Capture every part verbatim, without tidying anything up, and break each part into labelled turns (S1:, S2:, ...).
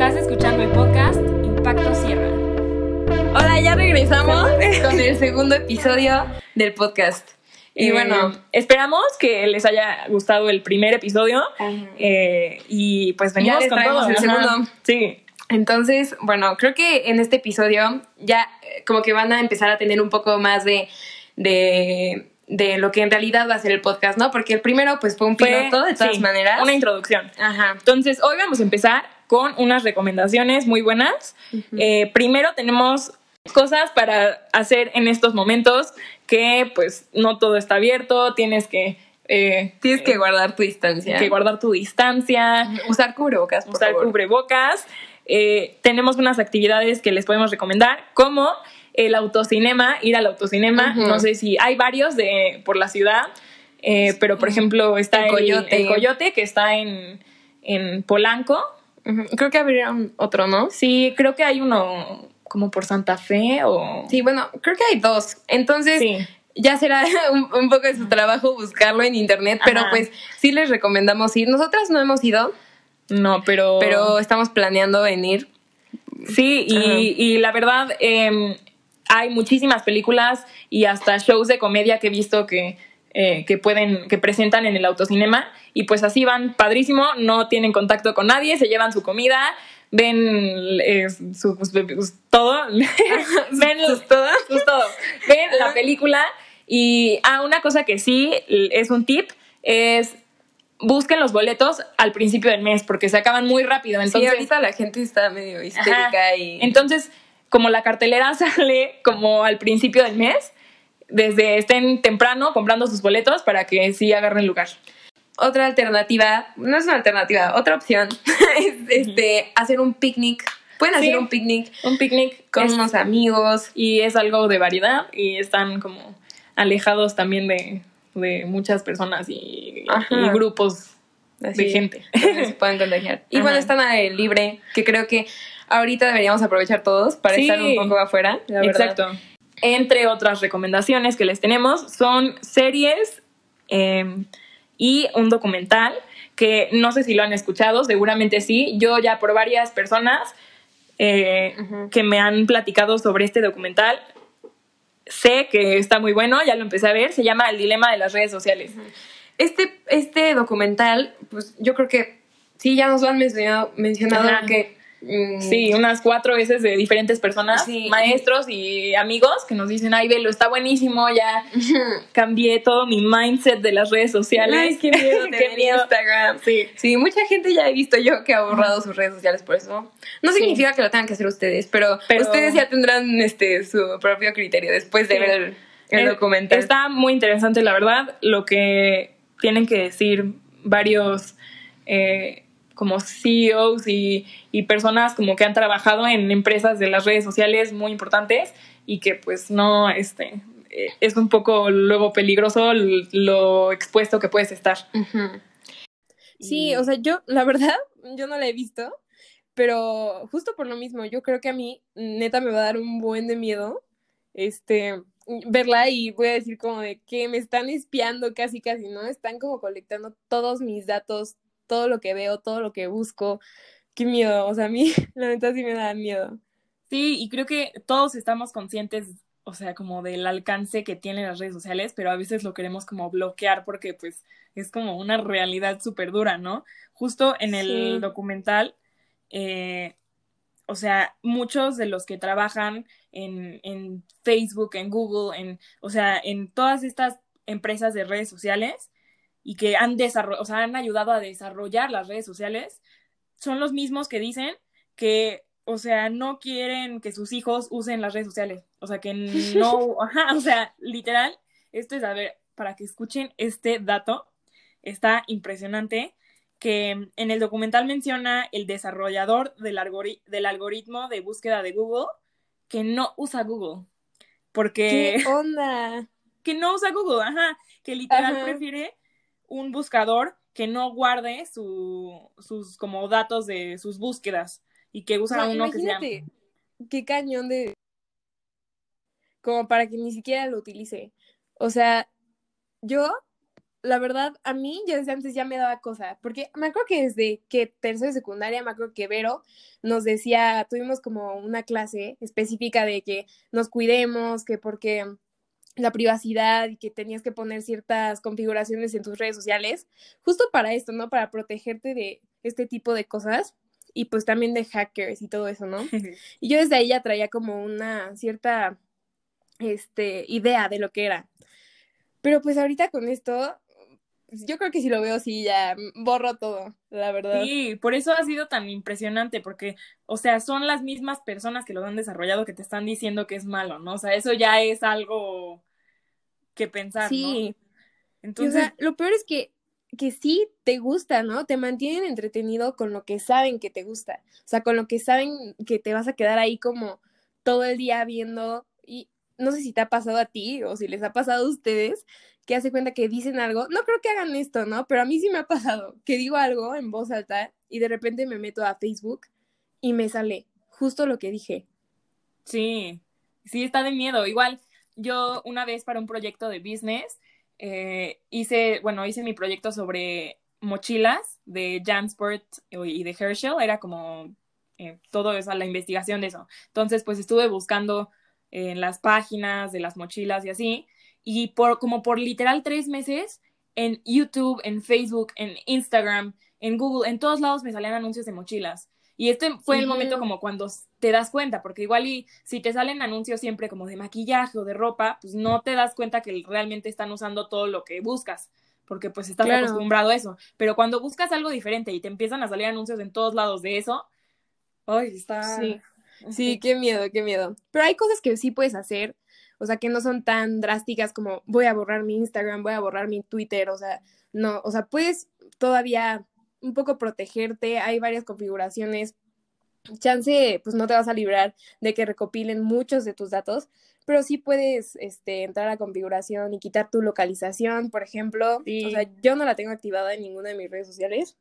S1: Estás escuchando el podcast Impacto Sierra.
S2: Hola, ya regresamos con el segundo episodio del podcast.
S1: Y eh, bueno, esperamos que les haya gustado el primer episodio. Eh, y pues venimos con todo.
S2: El segundo.
S1: Sí.
S2: Entonces, bueno, creo que en este episodio ya como que van a empezar a tener un poco más de... de de lo que en realidad va a ser el podcast, ¿no? Porque el primero pues fue un piloto, fue, de todas
S1: sí,
S2: maneras.
S1: Una introducción.
S2: Ajá.
S1: Entonces, hoy vamos a empezar con unas recomendaciones muy buenas. Uh-huh. Eh, primero tenemos cosas para hacer en estos momentos que pues no todo está abierto, tienes que...
S2: Eh, tienes que eh, guardar tu distancia.
S1: Que guardar tu distancia.
S2: Uh-huh. Usar cubrebocas, por
S1: Usar
S2: favor.
S1: cubrebocas. Eh, tenemos unas actividades que les podemos recomendar, como el autocinema, ir al autocinema. Uh-huh. No sé si hay varios de, por la ciudad, eh, pero por ejemplo está
S2: el Coyote,
S1: el, el Coyote que está en, en Polanco.
S2: Uh-huh. Creo que abrieron otro, ¿no?
S1: Sí, creo que hay uno como por Santa Fe o...
S2: Sí, bueno, creo que hay dos. Entonces... Sí. Ya será un, un poco de su trabajo buscarlo en internet, pero Ajá. pues sí les recomendamos ir. Nosotras no hemos ido.
S1: No, pero...
S2: Pero estamos planeando venir.
S1: Sí, y, y la verdad, eh, hay muchísimas películas y hasta shows de comedia que he visto que, eh, que pueden, que presentan en el autocinema. Y pues así van padrísimo, no tienen contacto con nadie, se llevan su comida, ven eh, su, su, su, todo, ven
S2: sus todo,
S1: sus todo, ven la película. Y ah, una cosa que sí es un tip es busquen los boletos al principio del mes porque se acaban muy rápido. Entonces,
S2: sí, ahorita la gente está medio histérica. Ajá. Y...
S1: Entonces, como la cartelera sale como al principio del mes, desde estén temprano comprando sus boletos para que sí agarren lugar.
S2: Otra alternativa, no es una alternativa, otra opción es este, hacer un picnic. Pueden sí, hacer un picnic.
S1: Un picnic
S2: con es, unos amigos.
S1: Y es algo de variedad y están como alejados también de, de muchas personas y, y grupos Así, de gente.
S2: Se pueden contagiar. Y Ajá. bueno, están al aire libre, que creo que ahorita deberíamos aprovechar todos para sí, estar un poco afuera, la verdad.
S1: Exacto. Entre otras recomendaciones que les tenemos son series eh, y un documental que no sé si lo han escuchado, seguramente sí. Yo ya por varias personas eh, uh-huh. que me han platicado sobre este documental sé que está muy bueno, ya lo empecé a ver, se llama El dilema de las redes sociales. Uh-huh.
S2: Este, este documental, pues yo creo que sí, ya nos lo han mencionado, mencionado que...
S1: Mm, sí, unas cuatro veces de diferentes personas, sí. maestros y amigos que nos dicen, ay, velo, está buenísimo, ya uh-huh. cambié todo mi mindset de las redes sociales.
S2: Ay, qué miedo tener qué miedo. Instagram.
S1: Sí.
S2: sí, mucha gente ya he visto yo que ha borrado sus redes sociales por eso. No sí. significa que lo tengan que hacer ustedes, pero, pero... ustedes ya tendrán este su propio criterio después de sí. ver el, el, el documental.
S1: Está muy interesante, la verdad, lo que tienen que decir varios... Eh, como C E Os y, y personas como que han trabajado en empresas de las redes sociales muy importantes y que pues no, este, es un poco luego peligroso lo expuesto que puedes estar.
S2: Uh-huh. Sí, y... o sea, yo, la verdad, yo no la he visto, pero justo por lo mismo, yo creo que a mí, neta, me va a dar un buen de miedo, este... verla y voy a decir como de que me están espiando casi casi, ¿no? Están como colectando todos mis datos, todo lo que veo, todo lo que busco. Qué miedo, o sea, a mí la neta sí me da miedo.
S1: Sí, y creo que todos estamos conscientes, o sea, como del alcance que tienen las redes sociales, pero a veces lo queremos como bloquear porque pues es como una realidad súper dura, ¿no? Justo en el sí. documental, eh, o sea, muchos de los que trabajan en, en Facebook, en Google, en, o sea, en todas estas empresas de redes sociales y que han desarrollado, o sea, han ayudado a desarrollar las redes sociales, son los mismos que dicen que, o sea, no quieren que sus hijos usen las redes sociales. O sea, que no, ajá, o sea, literal, esto es, a ver, para que escuchen este dato, está impresionante, que en el documental menciona el desarrollador del, algori- del algoritmo de búsqueda de Google que no usa Google. Porque...
S2: ¿Qué onda?
S1: Que no usa Google, ajá, que literal
S2: ajá.
S1: prefiere un buscador que no guarde su, sus como datos de sus búsquedas y que usa o sea, uno que se llama...
S2: qué cañón de... como para que ni siquiera lo utilice. O sea, yo la verdad, a mí ya desde antes ya me daba cosa, porque me acuerdo que desde que tercero de secundaria, me acuerdo que Vero nos decía, tuvimos como una clase específica de que nos cuidemos, que porque la privacidad y que tenías que poner ciertas configuraciones en tus redes sociales, justo para esto, ¿no? Para protegerte de este tipo de cosas y pues también de hackers y todo eso, ¿no? Y yo desde ahí ya traía como una cierta, este, idea de lo que era. Pero pues ahorita con esto, yo creo que si lo veo, sí, ya borro todo, la verdad.
S1: Sí, por eso ha sido tan impresionante, porque, o sea, son las mismas personas que lo han desarrollado que te están diciendo que es malo, ¿no? O sea, eso ya es algo que pensar, ¿no?
S2: Sí, y o
S1: Entonces,
S2: sea, lo peor es que, que sí te gusta, ¿no? Te mantienen entretenido con lo que saben que te gusta, o sea, con lo que saben que te vas a quedar ahí como todo el día viendo, y no sé si te ha pasado a ti o si les ha pasado a ustedes, que hace cuenta que dicen algo, no creo que hagan esto, ¿no? Pero a mí sí me ha pasado, que digo algo en voz alta y de repente me meto a Facebook y me sale justo lo que dije.
S1: sí, sí está de miedo. Igual, yo una vez para un proyecto de business, eh, hice, bueno, hice mi proyecto sobre mochilas de Jansport y de Herschel, era como eh, todo eso, la investigación de eso. Entonces, pues estuve buscando en las páginas de las mochilas y así, y por como por literal tres meses, en YouTube, en Facebook, en Instagram, en Google, en todos lados me salían anuncios de mochilas. Y este fue el momento
S2: Ujú.
S1: como cuando te das cuenta, porque igual y si te salen anuncios siempre como de maquillaje o de ropa, pues no te das cuenta que realmente están usando todo lo que buscas, porque pues estás
S2: Claro,
S1: acostumbrado a eso. Pero cuando buscas algo diferente y te empiezan a salir anuncios en todos lados de eso, ay, está...
S2: sí, sí, qué miedo, qué miedo. Pero hay cosas que sí puedes hacer, o sea, que no son tan drásticas como voy a borrar mi Instagram, voy a borrar mi Twitter, o sea, no, o sea, puedes todavía un poco protegerte, hay varias configuraciones, chance, pues no te vas a librar de que recopilen muchos de tus datos, pero sí puedes, este, entrar a configuración y quitar tu localización, por ejemplo, o sea,
S1: Sí.
S2: yo no la tengo activada en ninguna de mis redes sociales.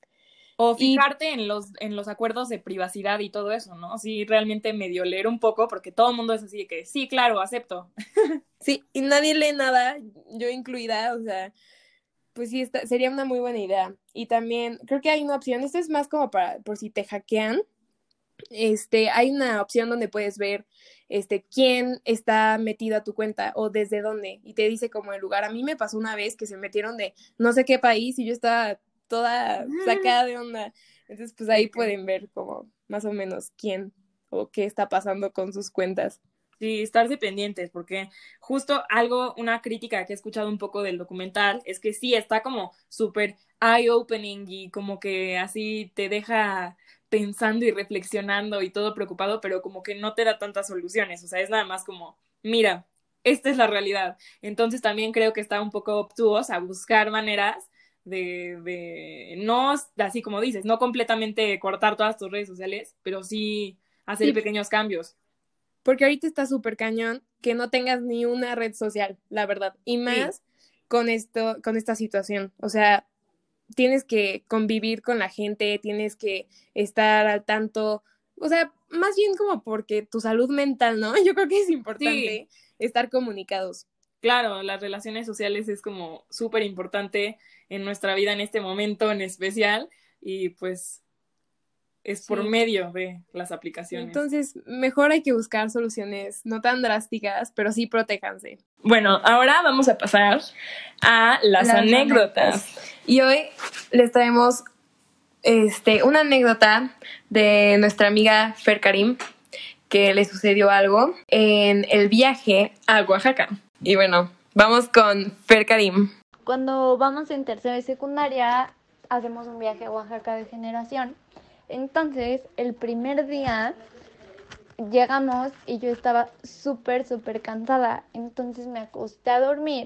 S1: O
S2: Y
S1: fijarte en los, en los acuerdos de privacidad y todo eso, ¿no? Sí, realmente medio leer un poco, porque todo el mundo es así de que, sí, claro, acepto.
S2: sí, y nadie lee nada, yo incluida, o sea, pues sí, está, sería una muy buena idea. Y también creo que hay una opción, esto es más como para, por si te hackean, este, hay una opción donde puedes ver, este, quién está metido a tu cuenta o desde dónde, y te dice como el lugar. A mí me pasó una vez que se metieron de no sé qué país y yo estaba toda sacada de onda. Entonces, pues ahí
S1: Sí.
S2: pueden ver como más o menos quién o qué está pasando con sus cuentas.
S1: Sí, estarse pendientes, porque justo algo, una crítica que he escuchado un poco del documental es que sí, está como súper eye-opening y como que así te deja pensando y reflexionando y todo preocupado, pero como que no te da tantas soluciones, o sea, es nada más como, mira, esta es la realidad. Entonces también creo que está un poco obtuos a buscar maneras de, de no, así como dices, no completamente cortar todas tus redes sociales, pero sí hacer
S2: Sí,
S1: pequeños cambios.
S2: porque ahorita está súper cañón que no tengas ni una red social, la verdad. Y
S1: Sí.
S2: más con esto, con esta situación. O sea, tienes que convivir con la gente, tienes que estar al tanto. O sea, más bien como porque tu salud mental, ¿no? Yo creo que es
S1: Sí,
S2: importante estar comunicados.
S1: claro, las relaciones sociales es como súper importante en nuestra vida en este momento en especial y pues es por
S2: Sí.
S1: medio de las aplicaciones.
S2: Entonces, mejor hay que buscar soluciones no tan drásticas, pero sí protéjanse.
S1: Bueno, ahora vamos a pasar a las
S2: Las
S1: anécdotas.
S2: anécdotas. Y hoy les traemos este, una anécdota de nuestra amiga Fer Karim, que le sucedió algo en el viaje a Oaxaca. Y bueno, vamos con Fer Karim.
S3: Cuando vamos en tercera de secundaria, hacemos un viaje a Oaxaca de generación. Entonces, el primer día llegamos y yo estaba súper, súper cansada. Entonces me acosté a dormir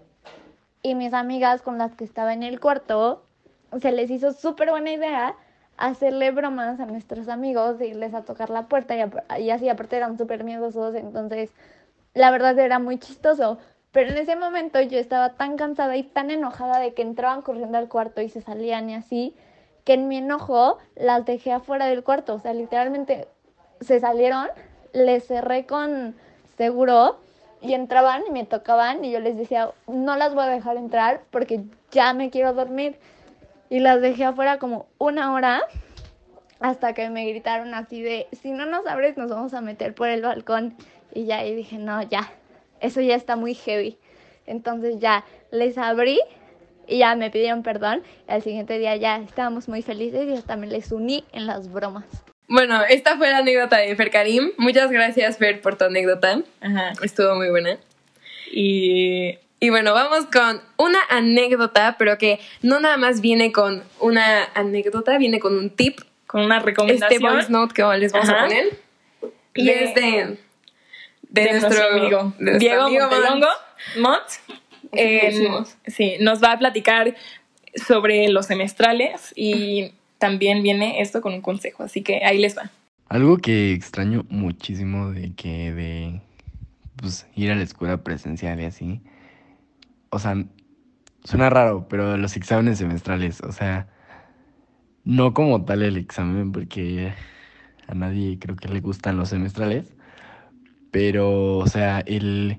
S3: y mis amigas con las que estaba en el cuarto, se les hizo súper buena idea hacerle bromas a nuestros amigos, de irles a tocar la puerta y, y así aparte eran súper miedosos, entonces la verdad era muy chistoso. Pero en ese momento yo estaba tan cansada y tan enojada de que entraban corriendo al cuarto y se salían y así, que en mi enojo las dejé afuera del cuarto. O sea, literalmente se salieron, les cerré con seguro y entraban y me tocaban y yo les decía, no las voy a dejar entrar porque ya me quiero dormir. Y las dejé afuera como una hora hasta que me gritaron así de, si no nos abres nos vamos a meter por el balcón. Y ya y dije, no, ya, eso ya está muy heavy. Entonces ya les abrí y ya me pidieron perdón. Y al siguiente día ya estábamos muy felices y hasta me les uní en las bromas.
S2: Bueno, esta fue la anécdota de Fer Karim. Muchas gracias, Fer, por tu anécdota.
S1: Ajá.
S2: Estuvo muy buena.
S1: Y...
S2: Y bueno, vamos con una anécdota, pero que no nada más viene con una anécdota, viene con un tip.
S1: Con una recomendación.
S2: Este voice note que les vamos
S1: Ajá.
S2: a poner. Y
S1: de,
S2: es de, de,
S1: de
S2: nuestro,
S1: nuestro amigo
S2: de nuestro
S1: Diego
S2: amigo
S1: Montelongo. Mont. Eh, sí, nos va a platicar sobre los semestrales y también viene esto con un consejo, así que ahí les va.
S4: Algo que extraño muchísimo de que de pues, ir a la escuela presencial y así. O sea, suena raro, pero los exámenes semestrales, o sea, no como tal el examen, porque a nadie creo que le gustan los semestrales, pero, o sea, el,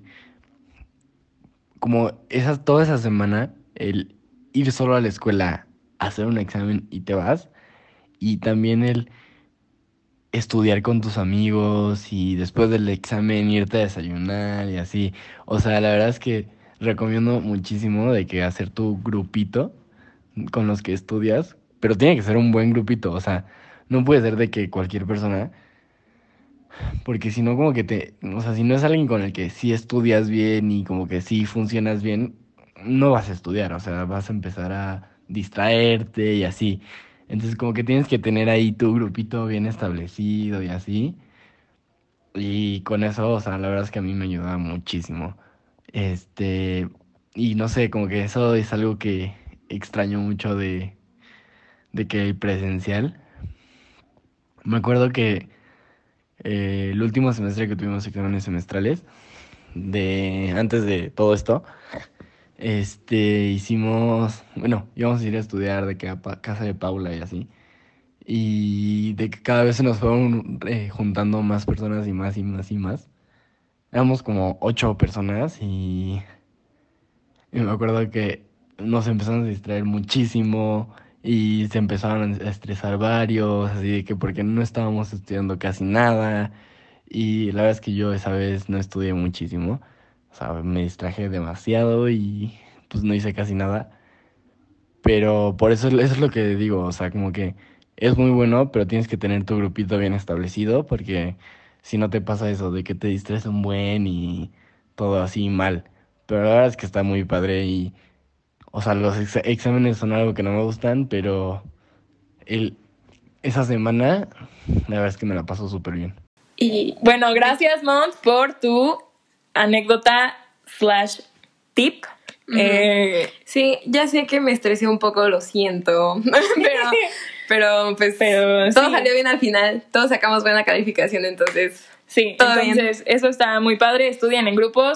S4: como esa, toda esa semana, el ir solo a la escuela, hacer un examen y te vas, y también el estudiar con tus amigos y después del examen irte a desayunar y así. O sea, la verdad es que recomiendo muchísimo de que hacer tu grupito con los que estudias, pero tiene que ser un buen grupito, o sea, no puede ser de que cualquier persona, porque si no como que te, o sea, si no es alguien con el que sí estudias bien y como que sí funcionas bien, no vas a estudiar, o sea, vas a empezar a distraerte y así. Entonces como que tienes que tener ahí tu grupito bien establecido y así. Y con eso, o sea, la verdad es que a mí me ayuda muchísimo. Este, y no sé, como que eso es algo que extraño mucho de, de que el presencial. Me acuerdo que eh, el último semestre que tuvimos exámenes semestrales, de antes de todo esto, este, hicimos, bueno, íbamos a ir a estudiar de que a pa- casa de Paula y así. Y de que cada vez se nos fueron eh, juntando más personas y más y más y más. Éramos como ocho personas y, y me acuerdo que nos empezamos a distraer muchísimo y se empezaron a estresar varios, así de que porque no estábamos estudiando casi nada. Y la verdad es que yo esa vez no estudié muchísimo. O sea, me distraje demasiado y pues no hice casi nada. Pero por eso, eso es lo que digo, o sea, como que es muy bueno, pero tienes que tener tu grupito bien establecido porque si no te pasa eso de que te distraes un buen y todo así mal. Pero la verdad es que está muy padre y, o sea, los ex- exámenes son algo que no me gustan, pero el, esa semana la verdad es que me la paso súper bien.
S1: Y bueno, gracias Mont por tu anécdota slash tip.
S2: Ujú.
S1: Eh,
S2: Sí, ya sé que me estresé un poco, lo siento, pero, pero pues
S1: Pero
S2: todo
S1: sí.
S2: salió bien al final, todos sacamos buena calificación, entonces
S1: sí,
S2: todo
S1: entonces eso está muy padre, estudien en grupos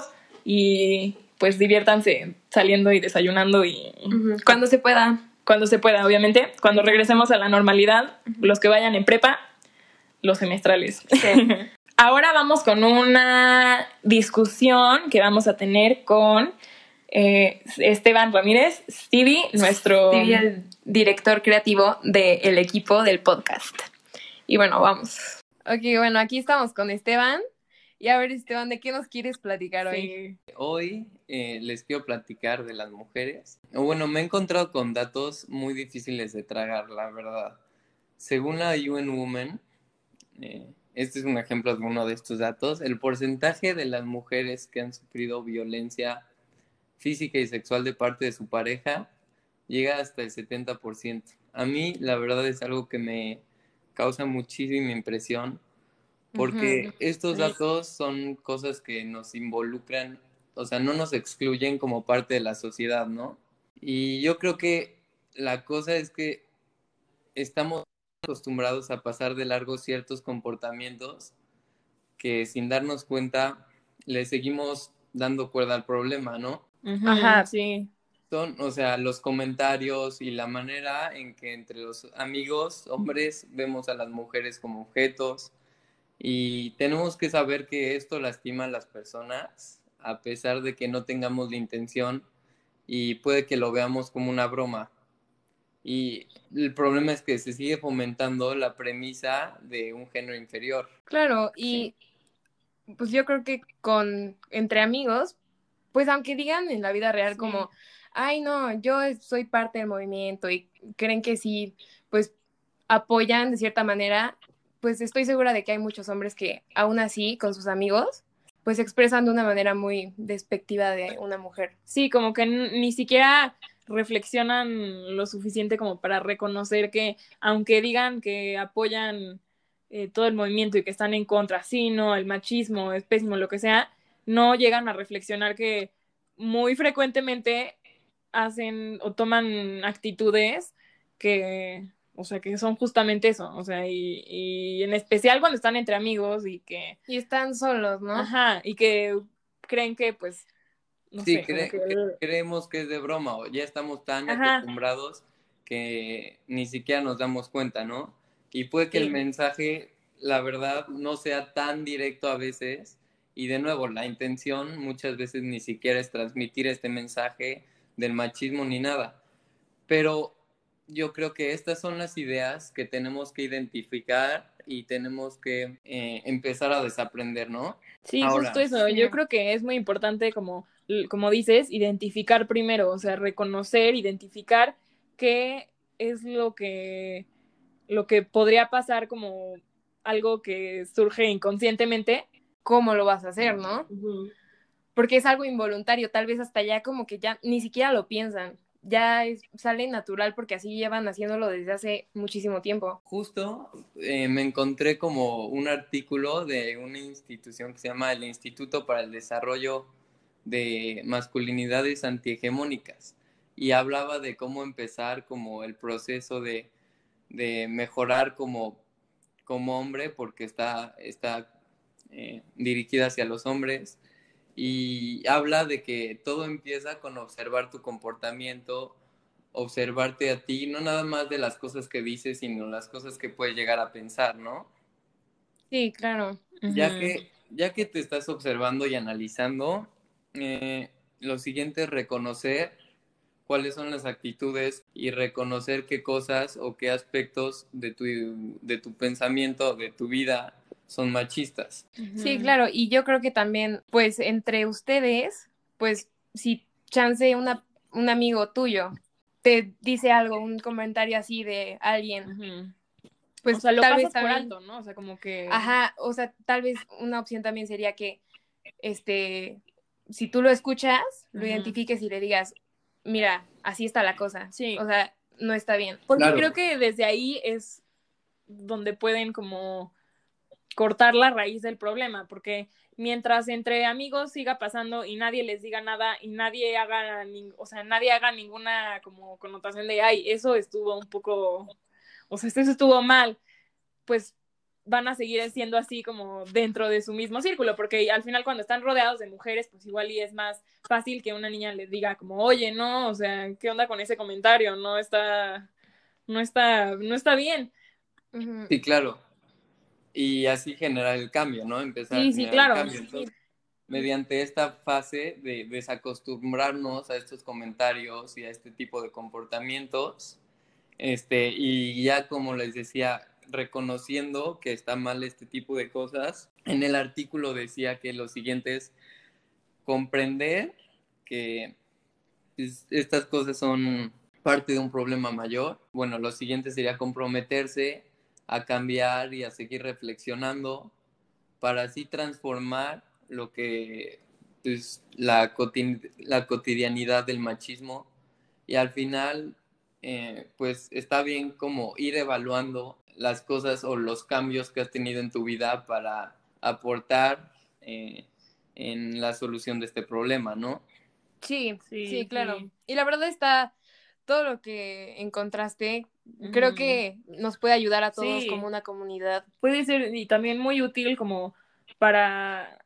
S1: y pues diviértanse saliendo y desayunando y
S2: ujú, cuando se pueda.
S1: cuando se pueda, obviamente. Cuando regresemos a la normalidad, los que vayan en prepa, los semestrales.
S2: Sí.
S1: Ahora vamos con una discusión que vamos a tener con eh, Esteban Ramírez, Stevie, nuestro...
S2: Stevie, el director creativo del equipo del podcast. Y bueno, vamos. Ok, bueno, aquí estamos con Esteban. Y a ver, Esteban, ¿de qué nos quieres platicar hoy?
S1: Sí.
S5: Hoy eh, les quiero platicar de las mujeres. O Bueno, me he encontrado con datos muy difíciles de tragar, la verdad. Según la U N Women, eh, este es un ejemplo de uno de estos datos, el porcentaje de las mujeres que han sufrido violencia física y sexual de parte de su pareja llega hasta el setenta por ciento. A mí, la verdad, es algo que me causa muchísima impresión porque
S2: Ujú.
S5: estos
S1: Sí.
S5: datos son cosas que nos involucran, o sea, no nos excluyen como parte de la sociedad, ¿no? Y yo creo que la cosa es que estamos acostumbrados a pasar de largo ciertos comportamientos que sin darnos cuenta le seguimos dando cuerda al problema, ¿no?
S1: Ujú,
S2: Ajá.
S1: sí.
S5: Son, o sea, los comentarios y la manera en que entre los amigos hombres vemos a las mujeres como objetos y tenemos que saber que esto lastima a las personas a pesar de que no tengamos la intención y puede que lo veamos como una broma. Y el problema es que se sigue fomentando la premisa de un género inferior.
S2: Claro, y sí. Pues yo creo que con entre amigos, pues aunque digan en la vida real
S1: Sí.
S2: como, ay no, yo soy parte del movimiento y creen que sí, pues apoyan de cierta manera, pues estoy segura de que hay muchos hombres que aún así con sus amigos, pues se expresan de una manera muy despectiva de una mujer.
S1: Sí, como que n- ni siquiera reflexionan lo suficiente como para reconocer que, aunque digan que apoyan eh, todo el movimiento y que están en contra, sí, no, el machismo es pésimo, lo que sea, no llegan a reflexionar que muy frecuentemente hacen o toman actitudes que, o sea, que son justamente eso, o sea, y, y en especial cuando están entre amigos y que,
S2: Y están solos, ¿no?
S1: ajá, y que creen que, pues, no
S5: Sí,
S1: sé, como
S5: cre-
S1: que,
S5: cre- creemos que es de broma o ya estamos tan
S1: ajá,
S5: acostumbrados que ni siquiera nos damos cuenta, ¿no? Y puede que el
S1: sí,
S5: mensaje, la verdad, no sea tan directo a veces. Y de nuevo, la intención muchas veces ni siquiera es transmitir este mensaje del machismo ni nada. Pero yo creo que estas son las ideas que tenemos que identificar y tenemos que eh, empezar a desaprender, ¿no?
S1: sí, justo
S5: Ahora,
S1: eso,
S2: Sí.
S1: yo creo que es muy importante como, como dices, identificar primero, o sea, reconocer, identificar qué es lo que, lo que podría pasar como algo que surge inconscientemente.
S2: ¿Cómo lo vas a hacer, no?
S1: Ujú.
S2: Porque es algo involuntario, tal vez hasta ya como que ya ni siquiera lo piensan, ya es, sale natural porque así llevan haciéndolo desde hace muchísimo tiempo.
S5: justo eh, me encontré como un artículo de una institución que se llama el Instituto para el Desarrollo de Masculinidades Antihegemónicas y hablaba de cómo empezar como el proceso de, de mejorar como, como hombre porque está, está eh, dirigida hacia los hombres y habla de que todo empieza con observar tu comportamiento, observarte a ti, no nada más de las cosas que dices, sino las cosas que puedes llegar a pensar, ¿no?
S2: Sí, claro.
S5: Ya
S1: Ujú.
S5: que, ya que te estás observando y analizando, eh, lo siguiente es reconocer cuáles son las actitudes y reconocer qué cosas o qué aspectos de tu, de tu pensamiento, de tu vida, son machistas.
S2: Sí,
S1: Ujú.
S2: claro, y yo creo que también, pues entre ustedes, pues si chance una, un amigo tuyo te dice algo, un comentario así de alguien,
S1: Ujú. O
S2: pues
S1: sea, lo
S2: tal vez
S1: pasas por
S2: también,
S1: alto, ¿no? O sea, como que,
S2: ajá, o sea, tal vez una opción también sería que, este, si tú lo escuchas, lo
S1: ujú.
S2: identifiques y le digas, mira, así está la cosa,
S1: Sí,
S2: o sea, no está bien.
S1: porque
S5: Claro.
S1: creo que desde ahí es donde pueden como cortar la raíz del problema, porque mientras entre amigos siga pasando y nadie les diga nada y nadie haga, ning- o sea, nadie haga ninguna como connotación de, ay, eso estuvo un poco, o sea, eso estuvo mal, pues van a seguir siendo así como dentro de su mismo círculo, porque al final cuando están rodeados de mujeres, pues igual y es más fácil que una niña les diga como, oye, no, o sea, ¿qué onda con ese comentario? No está, no está, no está bien.
S2: Ujú.
S5: Sí, claro. Y así generar el cambio, ¿no? Empezar a
S1: Sí, sí,
S5: generar el
S1: claro.
S5: cambio. Entonces, mediante esta fase de desacostumbrarnos a estos comentarios y a este tipo de comportamientos, este, y ya como les decía, reconociendo que está mal este tipo de cosas, en el artículo decía que lo siguiente es comprender que pues, estas cosas son parte de un problema mayor. Bueno, lo siguiente sería comprometerse a cambiar y a seguir reflexionando para así transformar lo que pues, la, coti- la cotidianidad del machismo y al final eh, pues está bien como ir evaluando las cosas o los cambios que has tenido en tu vida para aportar eh, en la solución de este problema, ¿no?
S2: Sí, sí,
S1: Sí,
S2: claro.
S1: sí.
S2: Y la verdad está, todo lo que encontraste, creo
S1: Ujú.
S2: que nos puede ayudar a todos como
S1: Sí,
S2: una comunidad.
S1: puede ser y también muy útil como para,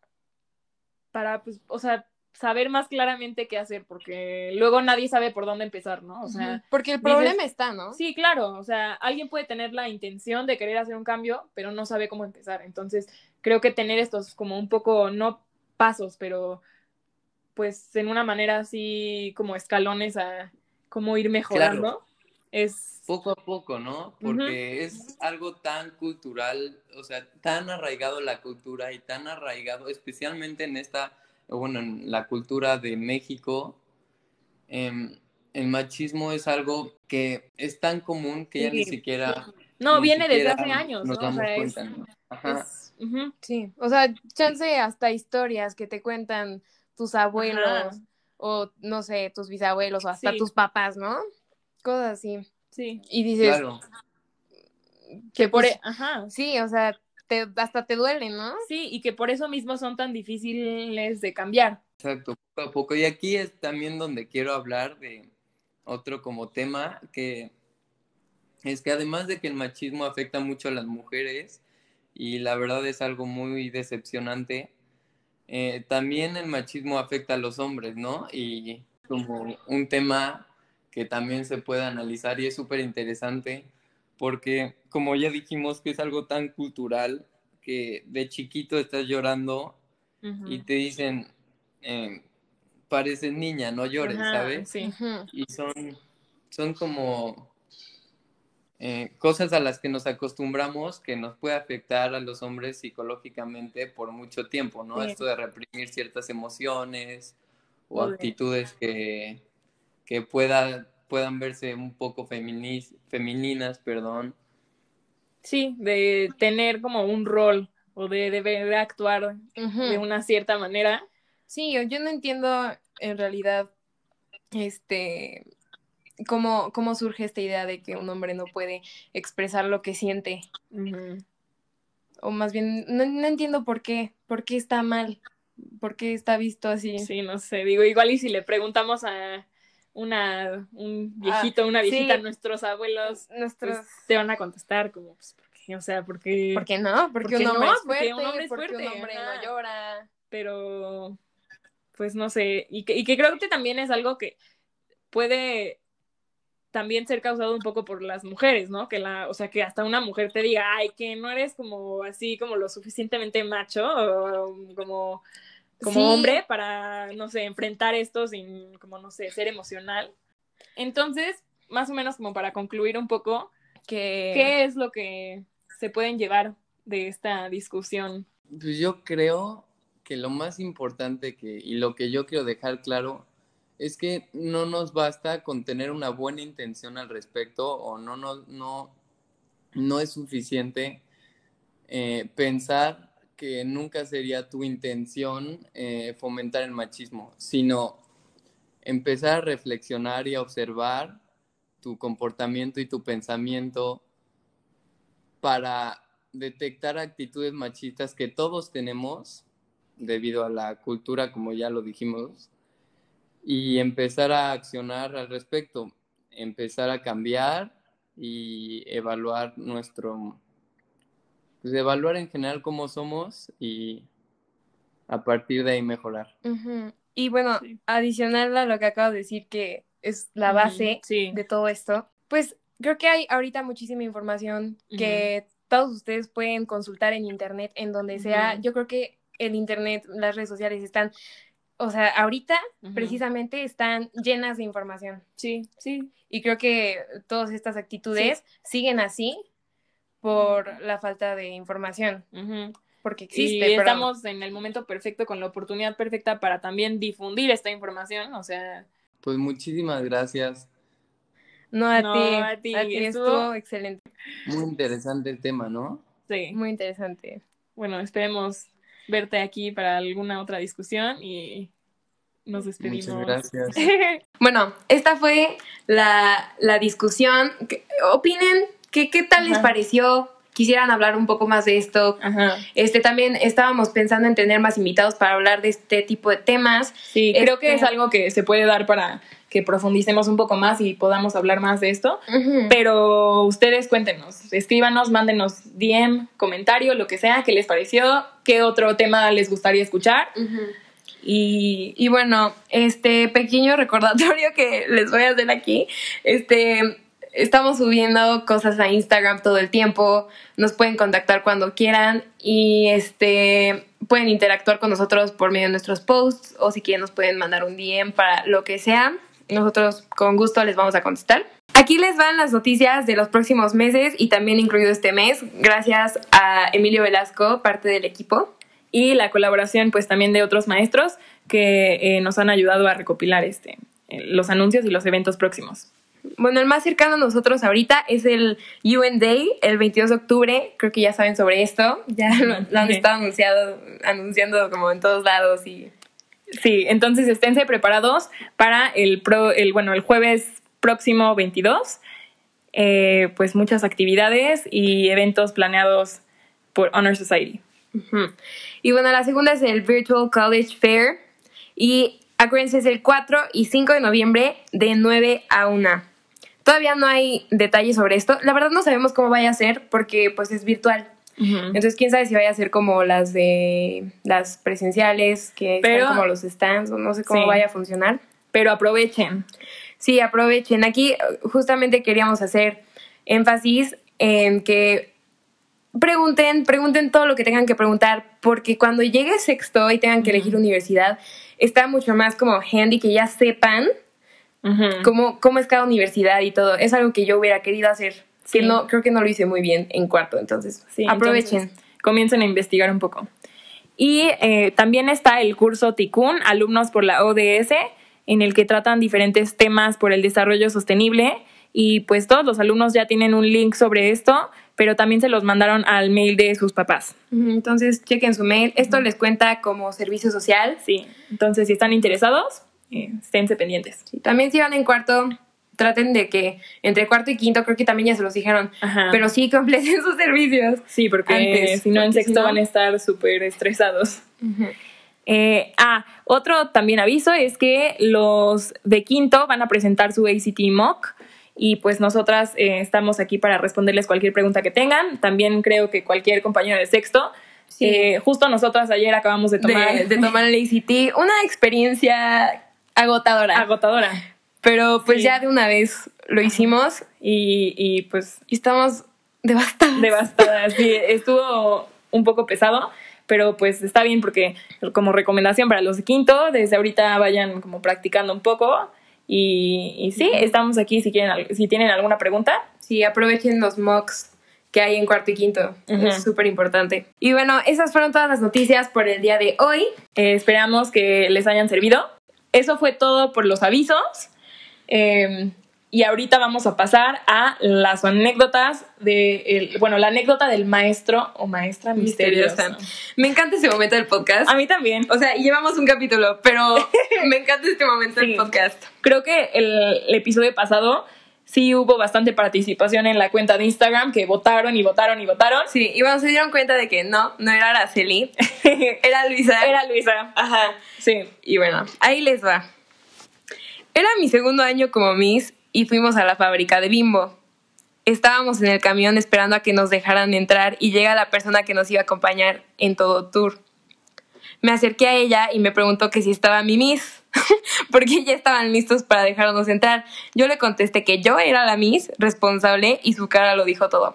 S1: para, pues, o sea, saber más claramente qué hacer, porque luego nadie sabe por dónde empezar, ¿no? O
S2: Ujú.
S1: sea,
S2: Porque el
S1: dices,
S2: problema está, ¿no?
S1: sí, claro, o sea, alguien puede tener la intención de querer hacer un cambio, pero no sabe cómo empezar. Entonces, creo que tener estos como un poco, no pasos, pero pues en una manera así como escalones a cómo ir mejorando.
S5: Claro.
S1: Es
S5: poco a poco, ¿no? Porque uh-huh. es algo tan cultural, o sea, tan arraigado la cultura y tan arraigado especialmente en esta, bueno, en la cultura de México. Eh, el machismo es algo que es tan común que sí. ya ni siquiera...
S1: No,
S5: ni
S1: viene
S5: siquiera
S1: desde hace años,
S5: nos
S1: ¿no?
S5: damos
S1: o sea,
S5: cuenta,
S1: es,
S5: ¿no? Ajá.
S1: Es, uh-huh.
S2: Sí, o sea, chance hasta historias que te cuentan tus abuelos Ajá. o, no sé, tus bisabuelos o hasta sí. tus papás, ¿no? Cosas así.
S1: Sí.
S2: Y dices...
S5: Claro.
S1: Que, que por... Pues, Ajá.
S2: Sí, o sea, te, hasta te duele, ¿no?
S1: Sí, y que por eso mismo son tan difíciles de cambiar.
S5: Exacto, poco a poco. Y aquí es también donde quiero hablar de otro como tema, que es que además de que el machismo afecta mucho a las mujeres, y la verdad es algo muy decepcionante, eh, también el machismo afecta a los hombres, ¿no? Y como un tema que también se puede analizar y es súper interesante, porque como ya dijimos que es algo tan cultural, que de chiquito estás llorando uh-huh. y te dicen, eh, pareces niña, no llores, uh-huh, ¿sabes?
S1: Sí.
S2: Uh-huh.
S5: Y son, son como... Eh, cosas a las que nos acostumbramos que nos puede afectar a los hombres psicológicamente por mucho tiempo, ¿no? Sí. Esto de reprimir ciertas emociones o Joder. actitudes que, que pueda, puedan verse un poco feminiz, femeninas, perdón.
S1: Sí, de tener como un rol o de deber actuar uh-huh. de una cierta manera.
S2: Sí, yo no entiendo en realidad este... Cómo, cómo surge esta idea de que un hombre no puede expresar lo que siente.
S1: Uh-huh.
S2: O más bien, no, no entiendo por qué, por qué está mal, por qué está visto así.
S1: Sí, no sé, digo, igual y si le preguntamos a una, un viejito, ah, una viejita, sí. a nuestros abuelos, nuestros... Pues, te van a contestar como, pues, ¿por qué? O sea, porque...
S2: ¿Por qué no? Porque,
S1: porque
S2: un hombre
S1: no,
S2: es fuerte,
S1: porque un hombre es
S2: porque
S1: fuerte,
S2: un hombre
S1: ajá.
S2: no llora.
S1: Pero, pues, no sé, y que, y que creo que también es algo que puede también ser causado un poco por las mujeres, ¿no? Que la, o sea, que hasta una mujer te diga, ay, que no eres como así, como lo suficientemente macho, o como, como sí. hombre para, no sé, enfrentar esto sin, como, no sé, ser emocional. Entonces, más o menos como para concluir un poco,
S2: que...
S1: ¿qué es lo que se pueden llevar de esta discusión?
S5: Pues yo creo que lo más importante que, y lo que yo quiero dejar claro es que no nos basta con tener una buena intención al respecto o no, no, no, no es suficiente eh, pensar que nunca sería tu intención eh, fomentar el machismo, sino empezar a reflexionar y a observar tu comportamiento y tu pensamiento para detectar actitudes machistas que todos tenemos debido a la cultura, como ya lo dijimos, y empezar a accionar al respecto, empezar a cambiar y evaluar nuestro, pues evaluar en general cómo somos y a partir de ahí mejorar.
S2: Uh-huh. Y bueno, sí. adicional a lo que acabo de decir que es la base
S1: uh-huh. sí.
S2: de todo esto, pues creo que hay ahorita muchísima información uh-huh. que todos ustedes pueden consultar en internet, en donde uh-huh. sea. Yo creo que el internet, las redes sociales están... O sea, ahorita uh-huh. precisamente están llenas de información.
S1: Sí, sí.
S2: Y creo que todas estas actitudes sí. siguen así por uh-huh. la falta de información.
S1: Uh-huh.
S2: Porque existe.
S1: Y
S2: pero...
S1: estamos en el momento perfecto, con la oportunidad perfecta para también difundir esta información. O sea...
S5: Pues muchísimas gracias.
S2: No, a
S1: no,
S2: ti.
S1: A ti,
S2: a ti estuvo... estuvo excelente.
S5: Muy interesante el tema, ¿no?
S1: Sí.
S2: Muy interesante.
S1: Bueno, esperemos verte aquí para alguna otra discusión y nos despedimos.
S5: Muchas gracias.
S2: Bueno, esta fue la, la discusión. Opinen, ¿qué, qué tal Ajá. les pareció? Quisieran hablar un poco más de esto.
S1: Ajá.
S2: Este, también estábamos pensando en tener más invitados para hablar de este tipo de temas.
S1: Sí,
S2: este...
S1: creo que es algo que se puede dar para que profundicemos un poco más y podamos hablar más de esto.
S2: Uh-huh.
S1: Pero ustedes cuéntenos, escríbanos, mándenos D M, comentario, lo que sea, qué les pareció, qué otro tema les gustaría escuchar.
S2: Uh-huh.
S1: Y,
S2: y bueno, este pequeño recordatorio que les voy a hacer aquí, este... estamos subiendo cosas a Instagram todo el tiempo, nos pueden contactar cuando quieran y este pueden interactuar con nosotros por medio de nuestros posts o si quieren nos pueden mandar un D M para lo que sea. Nosotros con gusto les vamos a contestar. Aquí les van las noticias de los próximos meses y también incluido este mes, gracias a Emilio Velasco, parte del equipo.
S1: Y la colaboración pues también de otros maestros que eh, nos han ayudado a recopilar este, eh, los anuncios y los eventos próximos.
S2: Bueno, el más cercano a nosotros ahorita es el U N Day, el veintidós de octubre. Creo que ya saben sobre esto. Ya lo, lo han estado anunciado, anunciando como en todos lados. Y...
S1: Sí, entonces esténse preparados para el, pro, el, bueno, el jueves próximo veintidós. Eh, pues muchas actividades y eventos planeados por Honor Society.
S2: Uh-huh. Y bueno, la segunda es el Virtual College Fair. Y acuérdense, es el cuatro y cinco de noviembre de nueve a una. Todavía no hay detalles sobre esto. La verdad no sabemos cómo vaya a ser porque pues es virtual. Uh-huh. Entonces quién sabe si vaya a ser como las de las presenciales, que
S1: Pero,
S2: están como los stands, o no sé cómo sí. vaya a funcionar.
S1: Pero aprovechen.
S2: Sí, aprovechen. Aquí justamente queríamos hacer énfasis en que pregunten, pregunten todo lo que tengan que preguntar, porque cuando llegue sexto y tengan que uh-huh. elegir universidad, está mucho más como handy que ya sepan uh-huh. cómo, cómo es cada universidad y todo. Es algo que yo hubiera querido hacer, sí. que no, creo que no lo hice muy bien en cuarto, entonces
S1: sí,
S2: aprovechen.
S1: Entonces, comiencen a investigar un poco. Y eh, también está el curso Tikkun, Alumnos por la O D S, en el que tratan diferentes temas por el desarrollo sostenible y pues todos los alumnos ya tienen un link sobre esto, pero también se los mandaron al mail de sus papás.
S2: Entonces, chequen su mail. Esto uh-huh. les cuenta como servicio social.
S1: Sí, entonces si están interesados, eh, esténse pendientes.
S2: Sí. También si van en cuarto, traten de que entre cuarto y quinto, creo que también ya se los dijeron, Ajá. pero sí completen sus servicios.
S1: Sí, porque antes, si no en sexto si no... van a estar súper estresados. Uh-huh. Eh, ah, otro también aviso es que los de quinto van a presentar su A C T Mock y pues nosotras eh, estamos aquí para responderles cualquier pregunta que tengan. También creo que cualquier compañero de sexto. Sí. Eh, justo nosotras ayer acabamos de tomar
S2: de, de tomar el A C T, una experiencia agotadora.
S1: Agotadora.
S2: Pero pues sí. ya de una vez lo hicimos
S1: y, y pues
S2: y estamos devastadas.
S1: Devastadas, sí, estuvo un poco pesado. Pero pues está bien porque como recomendación para los de quinto, desde ahorita vayan como practicando un poco. Y, y sí, estamos aquí si quieren, si tienen alguna pregunta.
S2: Sí, aprovechen los mocks que hay en cuarto y quinto. Uh-huh. Es súper importante. Y bueno, esas fueron todas las noticias por el día de hoy.
S1: Eh, esperamos que les hayan servido. Eso fue todo por los avisos. Eh, Y ahorita vamos a pasar a las anécdotas de, el, bueno, la anécdota del maestro o maestra misteriosa.
S2: misteriosa. Me encanta ese momento del podcast.
S1: A mí también.
S2: O sea, llevamos un capítulo, pero me encanta este momento sí. del podcast.
S1: Creo que el, el episodio pasado sí hubo bastante participación en la cuenta de Instagram, que votaron y votaron y votaron.
S2: Sí, y bueno, se dieron cuenta de que no, no era Araceli, era Luisa.
S1: Era Luisa.
S2: Ajá, sí. Y bueno, ahí les va. Era mi segundo año como Miss y fuimos a la fábrica de Bimbo. Estábamos en el camión esperando a que nos dejaran entrar y llega la persona que nos iba a acompañar en todo tour. Me acerqué a ella y me preguntó que si estaba mi Miss, porque ya estaban listos para dejarnos entrar. Yo le contesté que yo era la Miss responsable y su cara lo dijo todo.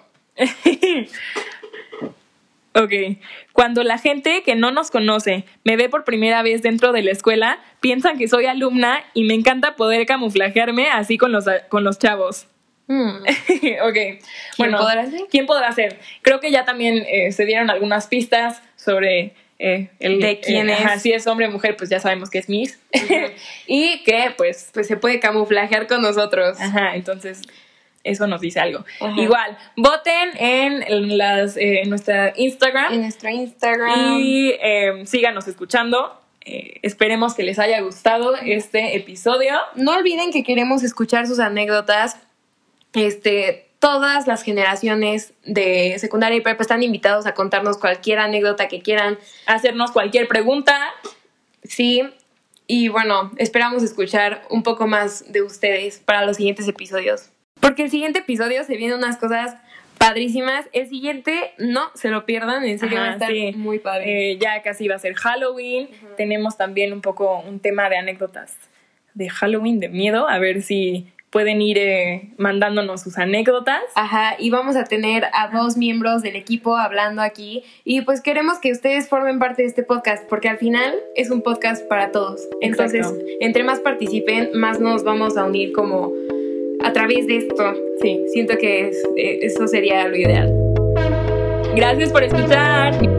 S1: Ok. Cuando la gente que no nos conoce me ve por primera vez dentro de la escuela, piensan que soy alumna y me encanta poder camuflajearme así con los, con los chavos.
S2: Mm.
S1: Ok.
S2: ¿Quién
S1: bueno,
S2: podrá ser?
S1: ¿Quién podrá ser? Creo que ya también eh, se dieron algunas pistas sobre eh, el
S2: de quién
S1: eh,
S2: es.
S1: Ajá, si es hombre o mujer, pues ya sabemos que es Miss. Uh-huh. Y que pues,
S2: pues se puede camuflajear con nosotros.
S1: Ajá, entonces eso nos dice algo. Uh-huh. Igual, voten en, las, eh, en nuestra Instagram.
S2: En nuestra Instagram.
S1: Y eh, síganos escuchando. Eh, esperemos que les haya gustado este episodio.
S2: No olviden que queremos escuchar sus anécdotas. Este, todas las generaciones de secundaria y prepa están invitados a contarnos cualquier anécdota que quieran.
S1: Hacernos cualquier pregunta.
S2: Sí. Y bueno, esperamos escuchar un poco más de ustedes para los siguientes episodios. Porque el siguiente episodio se vienen unas cosas padrísimas. El siguiente no se lo pierdan, en serio. Ajá, va a estar sí. muy padre.
S1: Eh, ya casi va a ser Halloween. Uh-huh. Tenemos también un poco un tema de anécdotas de Halloween, de miedo. A ver si pueden ir eh, mandándonos sus anécdotas.
S2: Ajá, y vamos a tener a dos miembros del equipo hablando aquí y pues queremos que ustedes formen parte de este podcast porque al final es un podcast para todos. Entonces,
S1: Exacto.
S2: entre más participen, más nos vamos a unir como a través de esto. Sí, siento que es, eh, eso sería lo ideal.
S1: Gracias por escuchar.